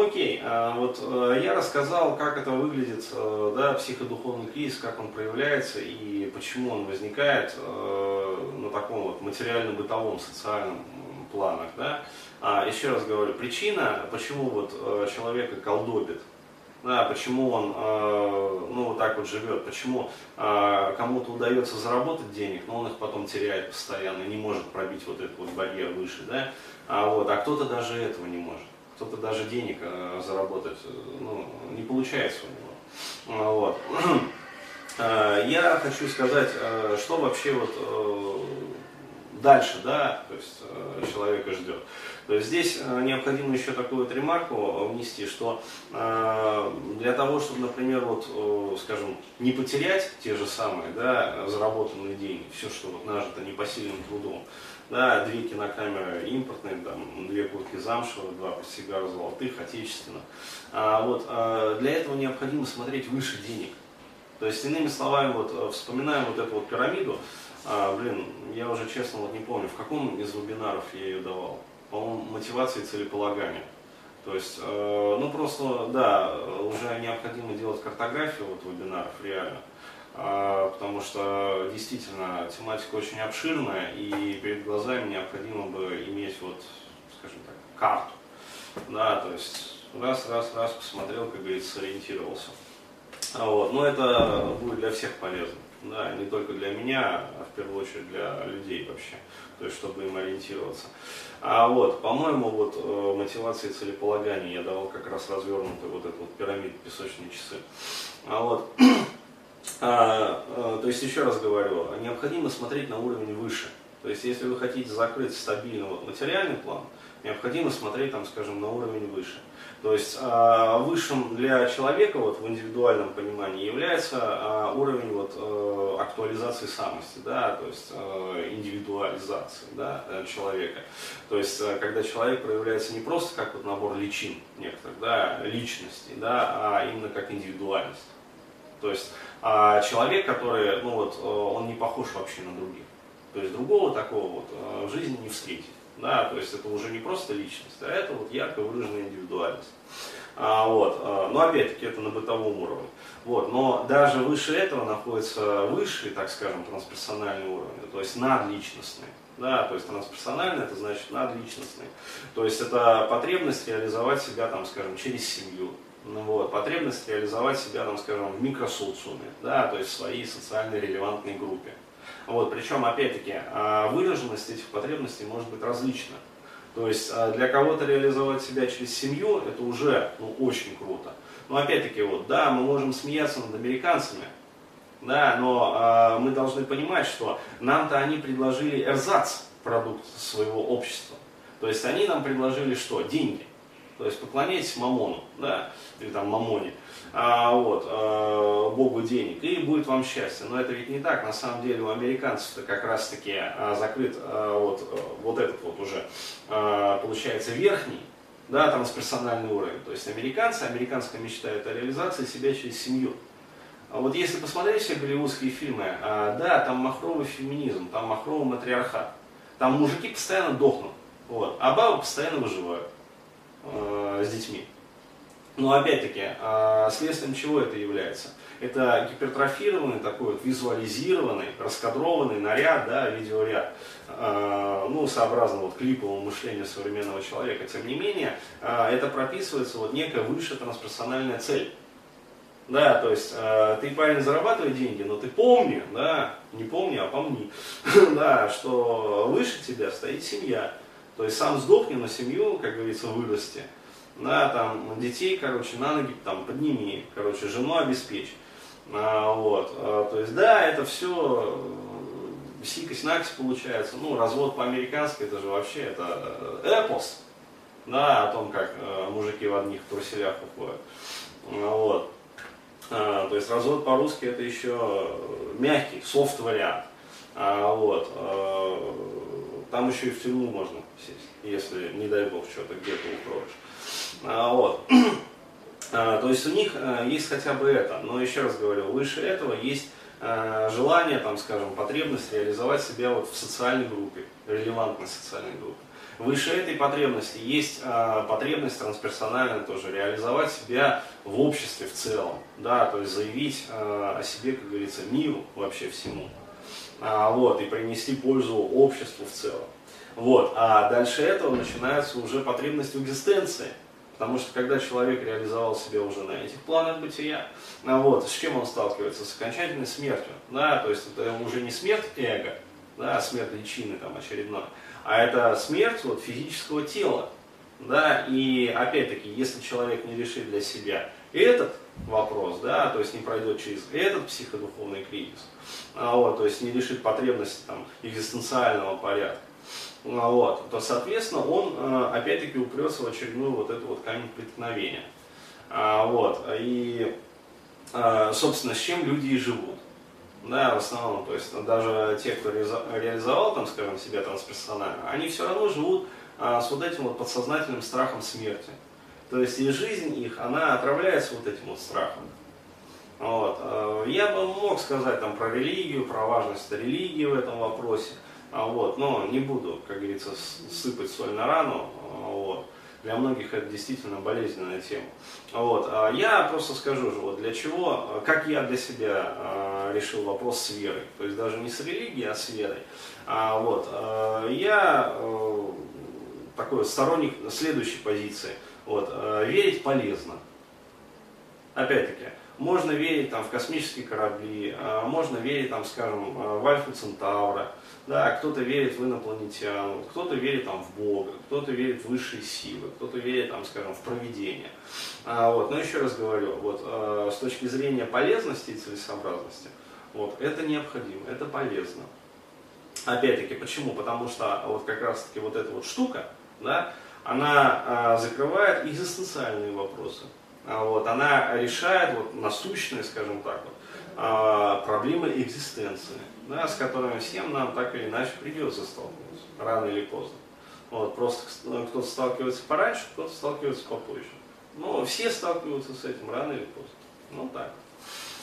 Ну окей, я рассказал, как это выглядит, да, психодуховный кризис, как он проявляется и почему он возникает на таком вот материально-бытовом, социальном планах, да. Еще раз говорю, причина, почему вот человека колдобит, да, почему он вот так вот живет, почему кому-то удается заработать денег, но он их потом теряет постоянно, не может пробить вот этот вот барьер выше, да, а кто-то даже этого не может, кто-то даже денег заработать не получается у него. Я хочу сказать, что вообще вот дальше, да, то есть человека ждет. То есть здесь необходимо еще такую вот ремарку внести, что для того, чтобы, например, скажем, не потерять те же самые, да, заработанные деньги, все, что вот нажито непосильным трудом, да, 2 кинокамеры импортные, там, 2 куртки замшевые, 2 портсигара золотых, отечественных, для этого необходимо смотреть выше денег. То есть, иными словами, вспоминаем вот эту вот пирамиду, я уже честно не помню, в каком из вебинаров я ее давал. По-моему, мотивации и целеполагания. То есть, просто, да, уже необходимо делать картографию вебинаров, реально. Потому что, действительно, тематика очень обширная, и перед глазами необходимо бы иметь, скажем так, карту. Да, то есть, раз, посмотрел, как говорится, сориентировался. Но это будет для всех полезно. Да, не только для меня, а в первую очередь для людей вообще, то есть чтобы им ориентироваться. По-моему, мотивация и целеполагание я давал как раз развернутую эту пирамиду, песочные часы. То есть, еще раз говорю, необходимо смотреть на уровень выше. То есть, если вы хотите закрыть стабильно материальный план, необходимо смотреть, там, скажем, на уровень выше. То есть высшим для человека в индивидуальном понимании является уровень актуализации самости, да, то есть индивидуализации, да, человека. То есть когда человек проявляется не просто как набор личин некоторых, да, личностей, да, а именно как индивидуальность. То есть человек, который, он не похож вообще на других. То есть другого такого в жизни не встретить. Да, то есть это уже не просто личность, а это ярко выраженная индивидуальность. Но опять-таки это на бытовом уровне. Но даже выше этого находится высший, так скажем, трансперсональный уровень, то есть надличностный. Да, то есть трансперсональный это значит надличностный. То есть это потребность реализовать себя, там, скажем, через семью. Потребность реализовать себя, там, скажем, в микросоциуме, да, то есть в своей социально релевантной группе. Причем, опять-таки, выраженность этих потребностей может быть различна. То есть, для кого-то реализовать себя через семью, это уже очень круто. Но, опять-таки, да, мы можем смеяться над американцами, да, но мы должны понимать, что нам-то они предложили эрзац, продукт своего общества. То есть, они нам предложили что? Деньги. То есть, поклоняйтесь Мамону, да, или там Мамоне. Богу денег, и будет вам счастье. Но это ведь не так. На самом деле у американцев-то как раз таки закрыт этот уже, получается, верхний, да, трансперсональный уровень. То есть американская мечта — это реализация себя через семью. Если посмотреть все голливудские фильмы, да, там махровый феминизм, там махровый матриархат. Там мужики постоянно дохнут, а бабы постоянно выживают с детьми. Но опять-таки, следствием чего это является? Это гипертрофированный, такой визуализированный, раскадрованный наряд, да, видеоряд, сообразно клиповому мышлению современного человека. Тем не менее, это прописывается некая высшая трансперсональная цель. Да, то есть ты, парень, зарабатывай деньги, но ты помни, да, не помни, а помни, да, что выше тебя стоит семья. То есть сам сдохни, но семью, как говорится, вырасти. Да, там, детей, на ноги подними, жену обеспечь. То есть, да, это все сикость-накось получается. Развод по-американски, это же вообще, это эпос, да, о том, как мужики в одних труселях уходят. То есть, развод по-русски это еще мягкий, софт-вариант. Там еще и в тюрьму можно сесть, если, не дай бог, что-то где-то укроешь. То есть у них есть хотя бы это, но еще раз говорю, выше этого есть желание, там, скажем, потребность реализовать себя в социальной группе, релевантной социальной группе. Выше этой потребности есть потребность трансперсональная тоже, реализовать себя в обществе в целом, да, то есть заявить о себе, как говорится, миру, вообще всему, вот, и принести пользу обществу в целом. Вот, а дальше этого начинается уже потребность в экзистенции. Потому что когда человек реализовал себя уже на этих планах бытия, вот, с чем он сталкивается? С окончательной смертью. Да? То есть это уже не смерть эго, да, смерть личины там, очередной, а это смерть вот, физического тела. Да? И опять-таки, если человек не решит для себя этот вопрос, да, то есть не пройдет через этот психодуховный кризис, вот, то есть не решит потребности там, экзистенциального порядка, вот, то, соответственно, он опять-таки упрется в очередную вот эту вот камень преткновения. Вот, и, собственно, с чем люди и живут. Да, в основном, то есть даже те, кто реализовал, там, скажем, себя трансперсонально, они все равно живут с вот этим вот подсознательным страхом смерти. То есть и жизнь их, она отравляется вот этим вот страхом. Вот. Я бы мог сказать там, про религию, про важность религии в этом вопросе. Вот, но не буду, как говорится, сыпать соль на рану. Вот. Для многих это действительно болезненная тема. Вот. Я просто скажу же, вот для чего, как я для себя решил вопрос с верой. То есть даже не с религией, а с верой. Вот. Я такой сторонник следующей позиции. Вот. Верить полезно. Опять-таки. Можно верить там, в космические корабли, можно верить, там, скажем, в Альфу Центавра, да, кто-то верит в инопланетян, кто-то верит там, в Бога, кто-то верит в высшие силы, кто-то верит, там, скажем, в провидение. Вот. Но еще раз говорю, вот, с точки зрения полезности и целесообразности, вот, это необходимо, это полезно. Опять-таки, почему? Потому что вот как раз-таки вот эта вот штука, да, она закрывает экзистенциальные вопросы. Вот, она решает вот, насущные, скажем так, вот, проблемы экзистенции, да, с которыми всем нам так или иначе придется столкнуться, рано или поздно. Вот, просто кто-то сталкивается пораньше, кто-то сталкивается попозже. Но все сталкиваются с этим рано или поздно. Ну так.